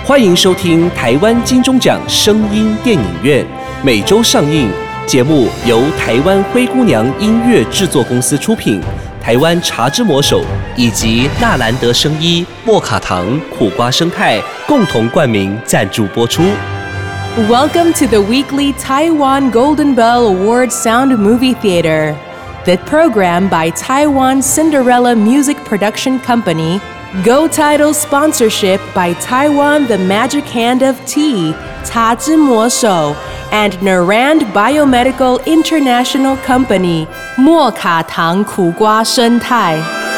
欢迎收听台湾金钟奖声音电影院，每周上映。节目由台湾灰姑娘音乐制作公司出品，台湾茶之魔手以及纳兰德生医、莫卡糖、苦瓜生态共同冠名赞助播出。 Welcome to the weekly Taiwan Golden Bell Award Sound Movie Theater. The program by Taiwan Cinderella Music Production Company. Go Title sponsorship by Taiwan The Magic Hand of Tea, 茶之魔手, and Naran Biomedical International Company, 莫卡糖苦瓜生态。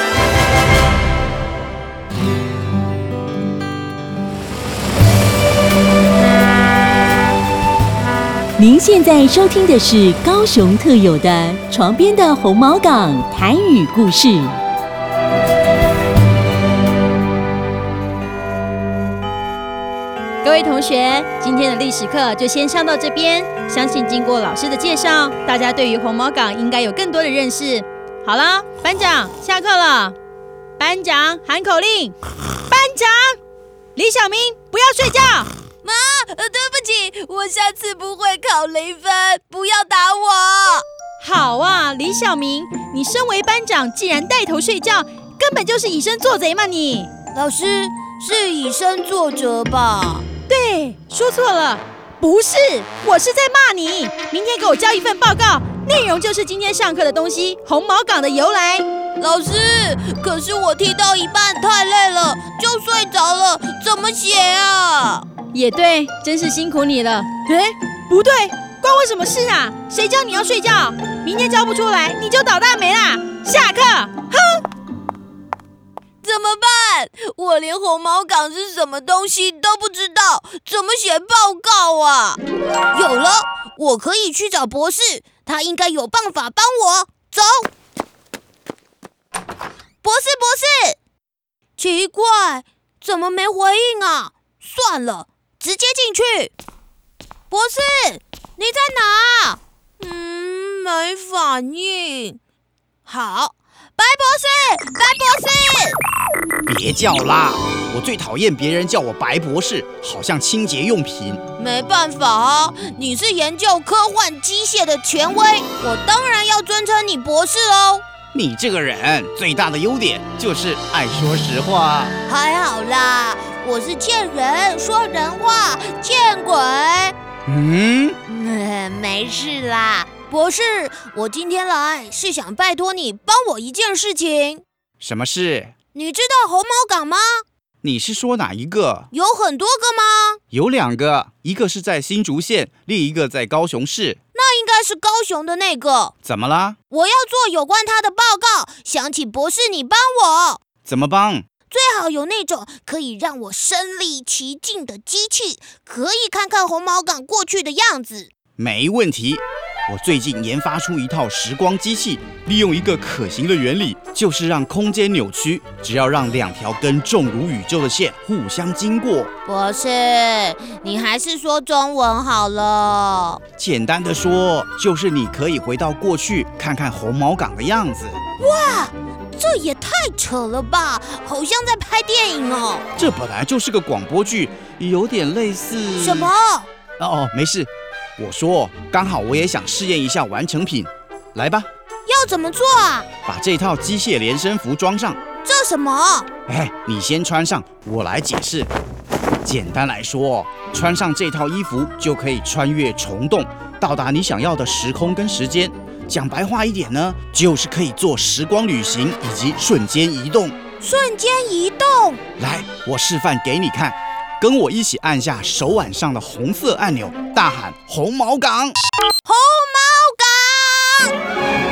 您现在收听的是高雄特有的床边的红毛港台语故事。 各位同学，今天的历史课就先上到这边。相信经过老师的介绍，大家对于红毛港应该有更多的认识。好了，班长，下课了。班长喊口令，班长，李小明不要睡觉。 妈，对不起，我下次不会考0分，不要打我。 好啊，李小明，你身为班长，既然带头睡觉，根本就是以身作贼嘛你。 老师，是以身作则吧？ 对，说错了，不是，我是在骂你。明天给我交一份报告，内容就是今天上课的东西，红毛港的由来。 老师，可是我听到一半太累了，就睡着了，怎么写啊？ 也对，真是辛苦你了。不对，关我什么事啊？谁叫你要睡觉？明天交不出来，你就倒大霉啦！下课，哼！ 怎么办？我连红毛港是什么东西都不知道，怎么写报告啊？有了，我可以去找博士，他应该有办法帮我。走，博士，奇怪，怎么没回应啊？算了，直接进去。博士，你在哪？没反应。好，白博士。 别叫啦！我最讨厌别人叫我白博士，好像清洁用品。 没办法啊，你是研究科幻机械的权威，我当然要尊称你博士喽。 你这个人最大的优点就是爱说实话。 还好啦，我是见人说人话，见鬼！没事啦，博士，我今天来是想拜托你帮我一件事情。 什么事？ 你知道红毛港吗？ 你是说哪一个？ 有很多个吗？ 有2个，一个是在新竹县，另一个在高雄市。 那应该是高雄的那个。 怎么啦？ 我要做有关他的报告，想请博士你帮我。 怎么帮？ 最好有那种可以让我身临其境的机器，可以看看红毛港过去的样子。 没问题。我最近研发出一套时光机器，利用一个可行的原理，就是让空间扭曲，只要让2条根重如宇宙的线互相经过。 博士，你还是说中文好了。 简单的说，就是你可以回到过去，看看红毛港的样子。 哇，这也太扯了吧，好像在拍电影哦。 这本来就是个广播剧，有点类似…… 什么？ 没事。我说，刚好我也想试验一下完成品，来吧。 要怎么做啊？ 把这套机械连身服装上。 这什么？ 你先穿上，我来解释。简单来说，穿上这套衣服就可以穿越虫洞，到达你想要的时空跟时间。讲白话一点呢，就是可以做时光旅行以及瞬间移动。 瞬间移动？ 来，我示范给你看。跟我一起按下手腕上的红色按钮，大喊“红毛港”！ 红毛港！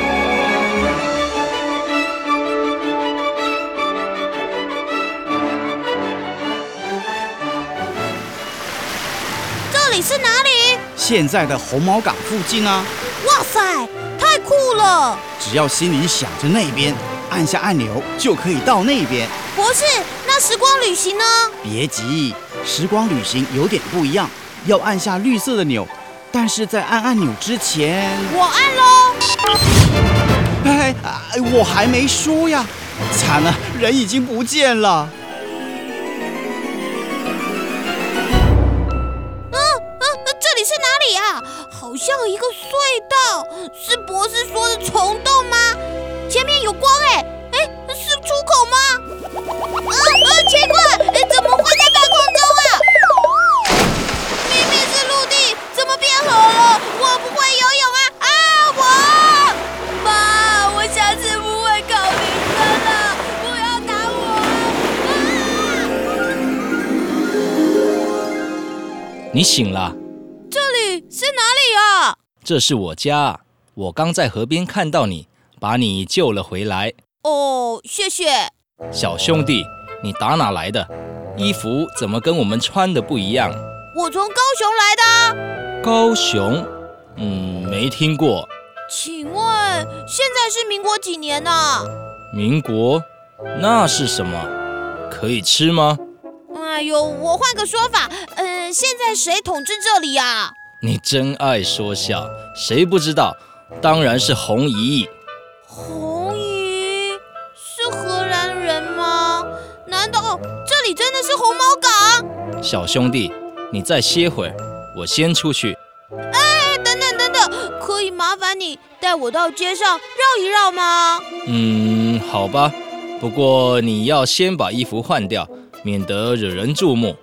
这里是哪里？ 现在的红毛港附近啊！ 哇塞，太酷了！ 只要心里想着那边，按下按钮就可以到那边。 博士，那时光旅行呢？ 别急，时光旅行有点不一样，要按下绿色的钮，但是在按按钮之前， 我按咯。 我还没说呀，惨了，人已经不见了。 里啊？好像一个隧道，是博士说的虫洞吗？前面有光是出口吗？奇怪，怎么会在半空中啊？明明是陆地，怎么变河了？我不会游泳啊！妈，我下次不会考评分了，不要打我！你醒了？ 这里是哪里啊？ 这是我家，我刚在河边看到你，把你救了回来。 哦，谢谢。 小兄弟，你打哪来的？衣服怎么跟我们穿的不一样？ 我从高雄来的。 高雄？没听过。 请问现在是民国几年啊？ 民国？那是什么？可以吃吗？ 哎呦，我换个说法，现在谁统治这里啊？ 你真爱说笑，谁不知道？当然是红姨。 红姨是荷兰人吗？难道这里真的是红毛港？ 小兄弟，你再歇会儿，我先出去。 等等，可以麻烦你带我到街上绕一绕吗？ 好吧，不过你要先把衣服换掉，免得惹人注目。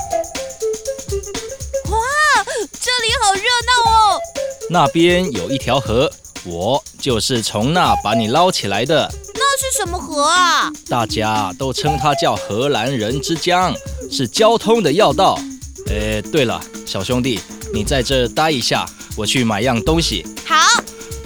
哇，这里好热闹哦！ 那边有一条河，我就是从那把你捞起来的。 那是什么河啊？ 大家都称它叫荷兰人之江，是交通的要道。对了，小兄弟，你在这待一下，我去买样东西。 好。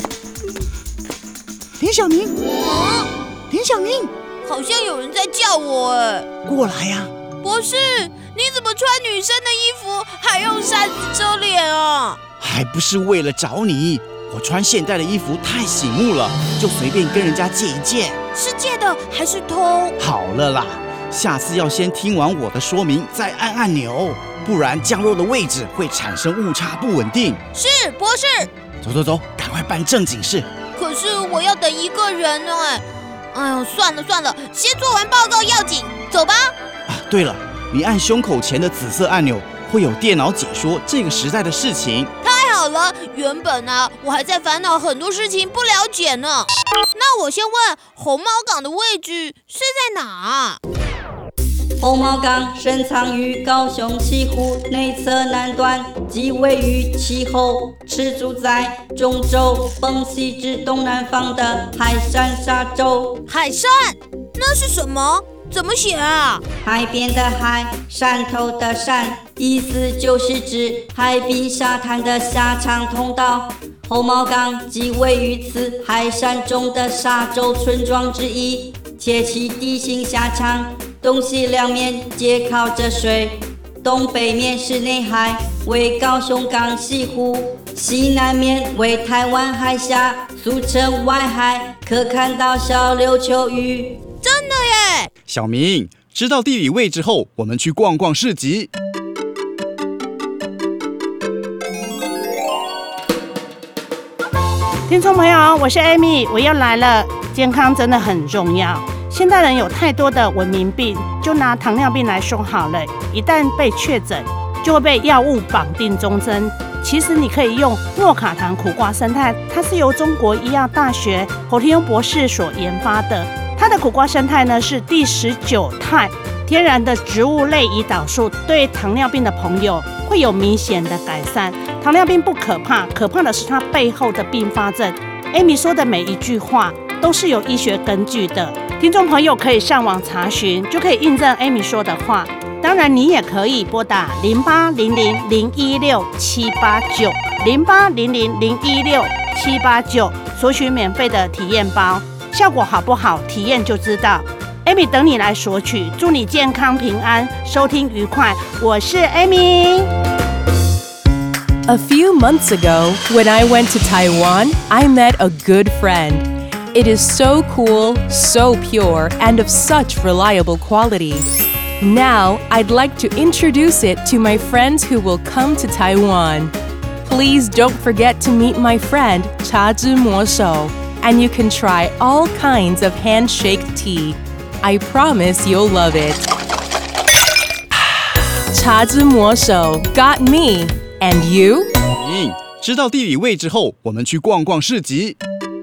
田小明，田小明， 好像有人在叫我过来呀！ 博士，你怎么穿女生的衣服，还用扇子遮脸啊？ 还不是为了找你，我穿现代的衣服太醒目了，就随便跟人家借一件。 是借的还是偷？ 好了啦，下次要先听完我的说明再按按钮，不然降落的位置会产生误差不稳定。 是，博士。 走，赶快办正经事。 可是我要等一个人呢。哎呦，算了，先做完报告要紧。走吧。 对了，你按胸口前的紫色按钮，会有电脑解说这个时代的事情。 太好了，原本啊，我还在烦恼很多事情不了解呢。那我先问，红毛港的位置是在哪啊？ 红毛港深藏于高雄西湖内侧南端，即位于其后持足在中州崩西至东南方的海山沙洲。 海山？那是什么？怎么写啊？ 海边的海，山头的山，意思就是指海滨沙滩的狭长通道。红毛港即位于此海山中的沙洲村庄之一，且其地形狭长，东西两面皆靠着水，东北面是内海，为高雄港西湖，西南面为台湾海峡，俗称外海，可看到小琉球屿。 真的耶！ 小明，知道地理位置后，我们去逛逛市集。 听众朋友，我是 Amy， 我又来了。健康真的很重要，现代人有太多的文明病，就拿糖尿病来说好了，一旦被确诊，就会被药物绑定终身。其实你可以用诺卡糖苦瓜胜肽，它是由中国医药大学侯天庸博士所研发的。它的苦瓜胜肽呢是第19肽，天然的植物类胰岛素，对糖尿病的朋友会有明显的改善。糖尿病不可怕，可怕的是它背后的并发症。Amy 说的每一句话都是有医学根据的，听众朋友可以上网查询，就可以印证 Amy 说的话。当然，你也可以拨打0800016789，0800016789，索取免费的体验包。效果好不好，体验就知道。Amy 等你来索取，祝你健康平安，收听愉快。我是 Amy。A few months ago, when I went to Taiwan, I met a good friend. It is so cool, so pure, and of such reliable quality. Now, I'd like to introduce it to my friends who will come to Taiwan. Please don't forget to meet my friend, 茶之魔手, and you can try all kinds of handshake tea. I promise you'll love it. 茶之魔手 got me, and you? 知道地理位置后，我们去逛逛市集。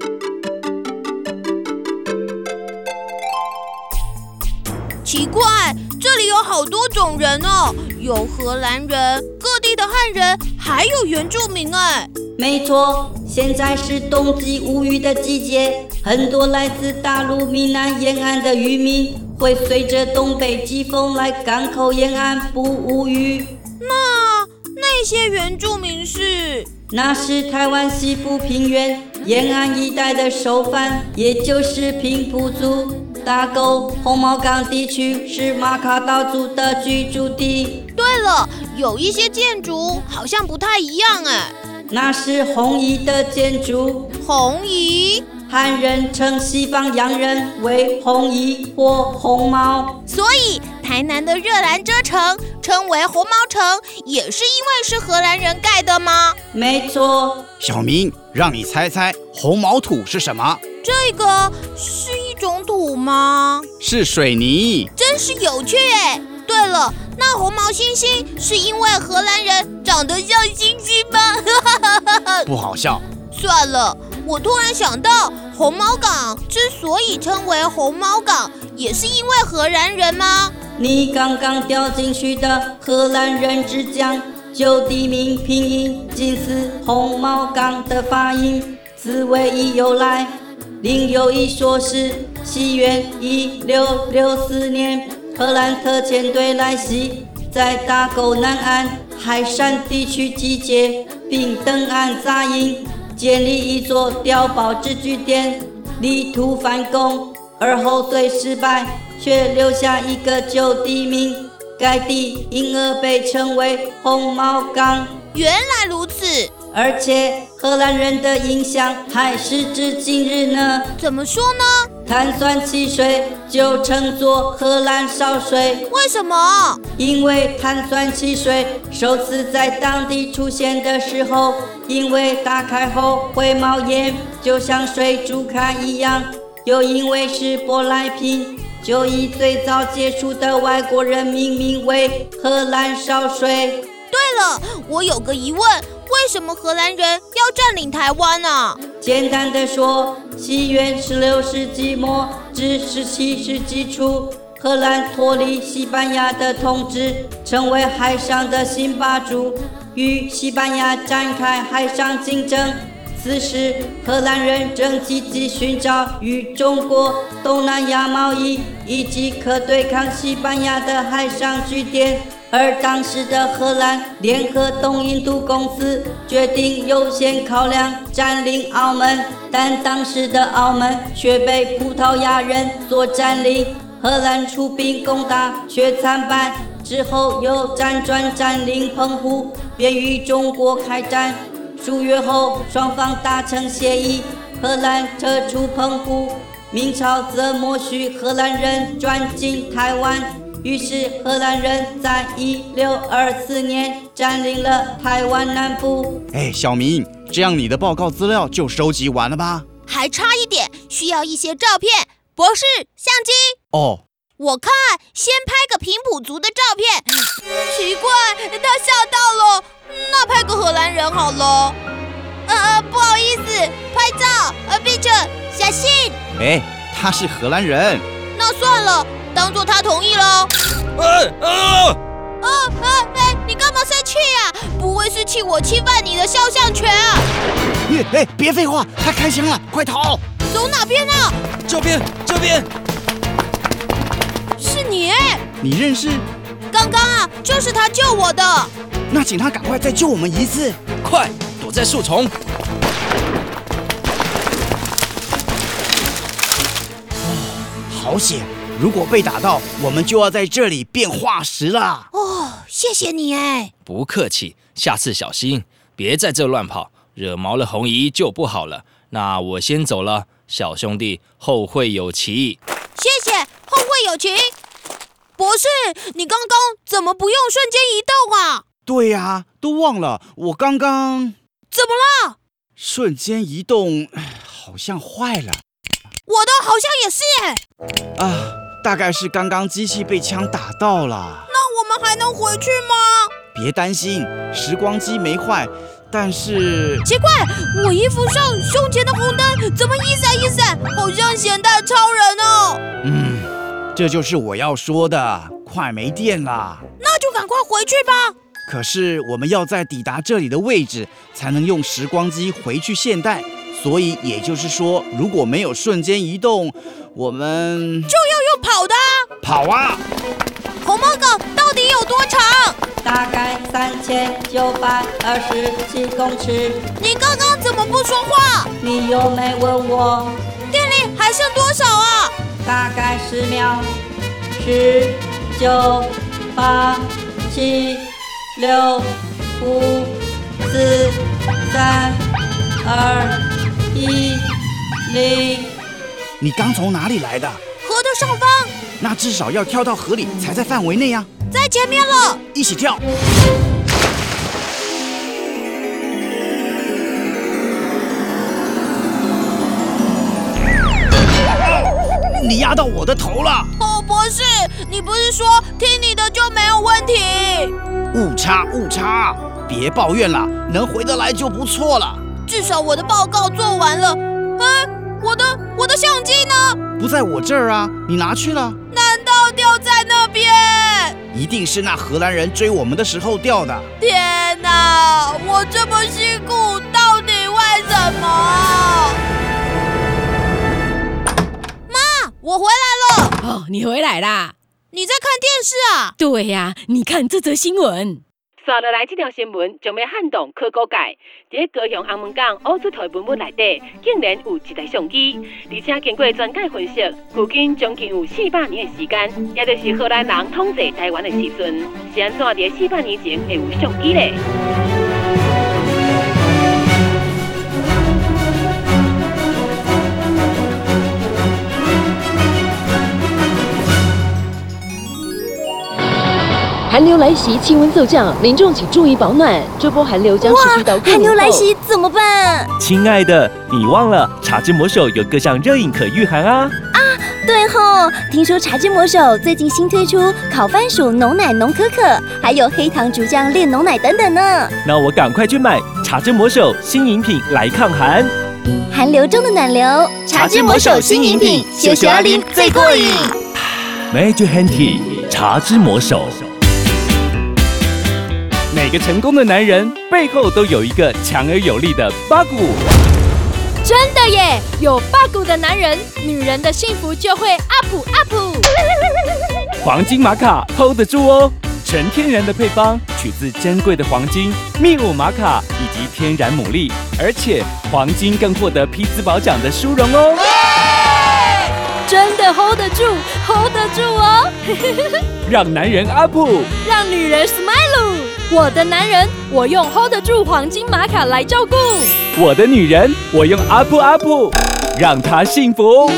奇怪，这里有好多种人哦，有荷兰人、各地的汉人，还有原住民哎。 没错，现在是冬季无鱼的季节，很多来自大陆闽南沿岸的渔民会随着东北季风来港口沿岸捕乌鱼。 那些原住民是？ 那是台湾西部平原沿岸一带的首藩，也就是平埔族。大沟、红毛港地区是马卡岛族的居住地。 对了，有一些建筑好像不太一样哎。 那是红夷的建筑。 红夷？ 汉人称西方洋人为红夷或红毛， 所以台南的热兰遮城称为红毛城，也是因为是荷兰人盖的吗？ 没错。 小明，让你猜猜红毛土是什么？ 这个是一种土吗？ 是水泥。 真是有趣耶！对了，那红毛猩猩是因为荷兰人长得像猩猩吗？ 不好笑。 算了，我突然想到，红毛港之所以称为红毛港，也是因为荷兰人吗？ 你刚刚掉进去的荷兰人之江，就地名拼音近似红毛港的发音，此为一由来。另有一说是西元1664年，荷兰特遣队来袭，在大沟南岸海山地区集结，并登岸扎营，建立一座碉堡制据点，力图反攻，而后虽失败，却留下一个旧地名，该地因而被称为红毛港。 原来如此， 而且荷兰人的影响还时至今日呢。 怎么说呢？ 碳酸汽水就称作荷兰烧水。 为什么？ 因为碳酸汽水首次在当地出现的时候，因为打开后会冒烟，就像水煮开一样，又因为是舶来品，就以最早接触的外国人命名为荷兰烧水。 对了，我有个疑问，为什么荷兰人要占领台湾啊？ 简单的说，西元16世纪末至17世纪初，荷兰脱离西班牙的统治，成为海上的新霸主，与西班牙展开海上竞争。此时，荷兰人正积极寻找与中国、东南亚贸易以及可对抗西班牙的海上据点。而当时的荷兰联合东印度公司决定优先考量占领澳门，但当时的澳门却被葡萄牙人所占领，荷兰出兵攻打却惨败，之后又辗转占领澎湖，便与中国开战。数月后，双方达成协议，荷兰撤出澎湖，明朝则默许荷兰人转进台湾。于是荷兰人在1624年占领了台湾南部。 小明，这样你的报告资料就收集完了吧？ 还差一点，需要一些照片。博士，相机。 哦， 我看先拍个平埔族的照片。奇怪，他吓到了。那拍个荷兰人好了。不好意思，拍照。Picture， 小心。 他是荷兰人。 那算了。当作他同意喽。你干嘛生气啊？不会是气我侵犯你的肖像权啊？ 别废话，他开枪了，快逃！ 走哪边啊？ 这边。 是你你认识？ 刚刚啊，就是他救我的。 那请他赶快再救我们一次。 快，躲在树丛。 好险！如果被打到，我们就要在这里变化石了。 谢谢你不客气，下次小心，别在这乱跑，惹毛了红姨就不好了。那我先走了，小兄弟，后会有期。 谢谢，后会有期。博士，你刚刚怎么不用瞬间移动啊？ 对呀，都忘了，我刚刚…… 怎么了？ 瞬间移动好像坏了。 我的好像也是大概是刚刚机器被枪打到了。 那我们还能回去吗？ 别担心，时光机没坏， 但是奇怪，我衣服上胸前的红灯怎么一闪一闪，好像咸蛋超人哦。 这就是我要说的，快没电啦。 那就赶快回去吧。 可是我们要在抵达这里的位置，才能用时光机回去现代。所以也就是说，如果没有瞬间移动，我们就要用跑的啊！ 跑啊！ 红毛港到底有多长？ 大概3927公尺。 你刚刚怎么不说话？ 你又没问我。 电力还剩多少啊？ 大概10秒。10、9、8、7、6、5、4、3、2、1、0。 你刚从哪里来的？ 河的上方。 那至少要跳到河里才在范围内啊。 在前面了， 一起跳。你压到我的头了。 哦，博士，你不是说听你的就没有问题？ 误差，别抱怨了，能回得来就不错了。 至少我的报告做完了。我的相机呢？ 不在我这儿啊，你拿去了？ 难道掉在那边？ 一定是那荷兰人追我们的时候掉的。 天哪，我这么辛苦，到底为什么？妈，我回来了。 哦，你回来啦？ 你在看电视啊？ 对呀，你看这则新闻。 刷落来这条新闻，将要撼动科技界。在高雄红门港乌出台文物内底，竟然有一台相机，而且经过专家分析，距今将近有400年的时间，也就是荷兰人统治台湾的时阵，是安怎在400年前会有相机呢？ 寒流来袭，气温骤降，民众请注意保暖。这波寒流将持续到过年后。 寒流来袭怎么办？ 亲爱的，你忘了茶之魔手有各项热饮可御寒啊！ 对吼，听说茶之魔手最近新推出烤番薯浓奶浓可可，还有黑糖竹浆炼浓奶等等呢。 那我赶快去买茶之魔手新饮品来抗寒。 寒流中的暖流， 茶之魔手新饮品，小小阿林最过瘾。Magic Handy 茶之魔手。每个成功的男人背后都有一个强而有力的八股。 真的耶，有八股的男人，女人的幸福就会 up。 黄金玛卡 hold 得住哦，纯天然的配方，取自珍贵的黄金、秘鲁玛卡以及天然牡蛎，而且黄金更获得匹兹堡奖的殊荣哦。 真的 hold 得住哦！ 让男人 up， 让女人 smile。我的男人，我用 hold 得住黄金玛卡来照顾； 我的女人，我用 up， 让她幸福。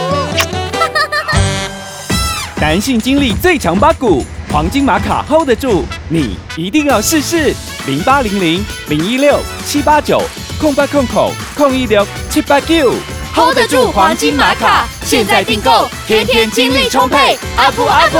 男性精力最强八股，黄金玛卡 hold 得住，你一定要试试。0800-016-789-0800-016-789 hold 得住黄金玛卡，现在订购，天天精力充沛 ，up。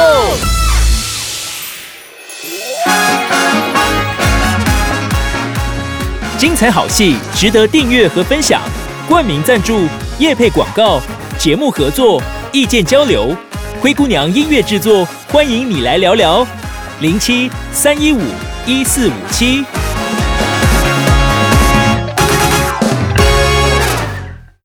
精彩好戏值得订阅和分享，冠名赞助、业配广告、节目合作、意见交流，灰姑娘音乐制作，欢迎你来聊聊。07-315-1457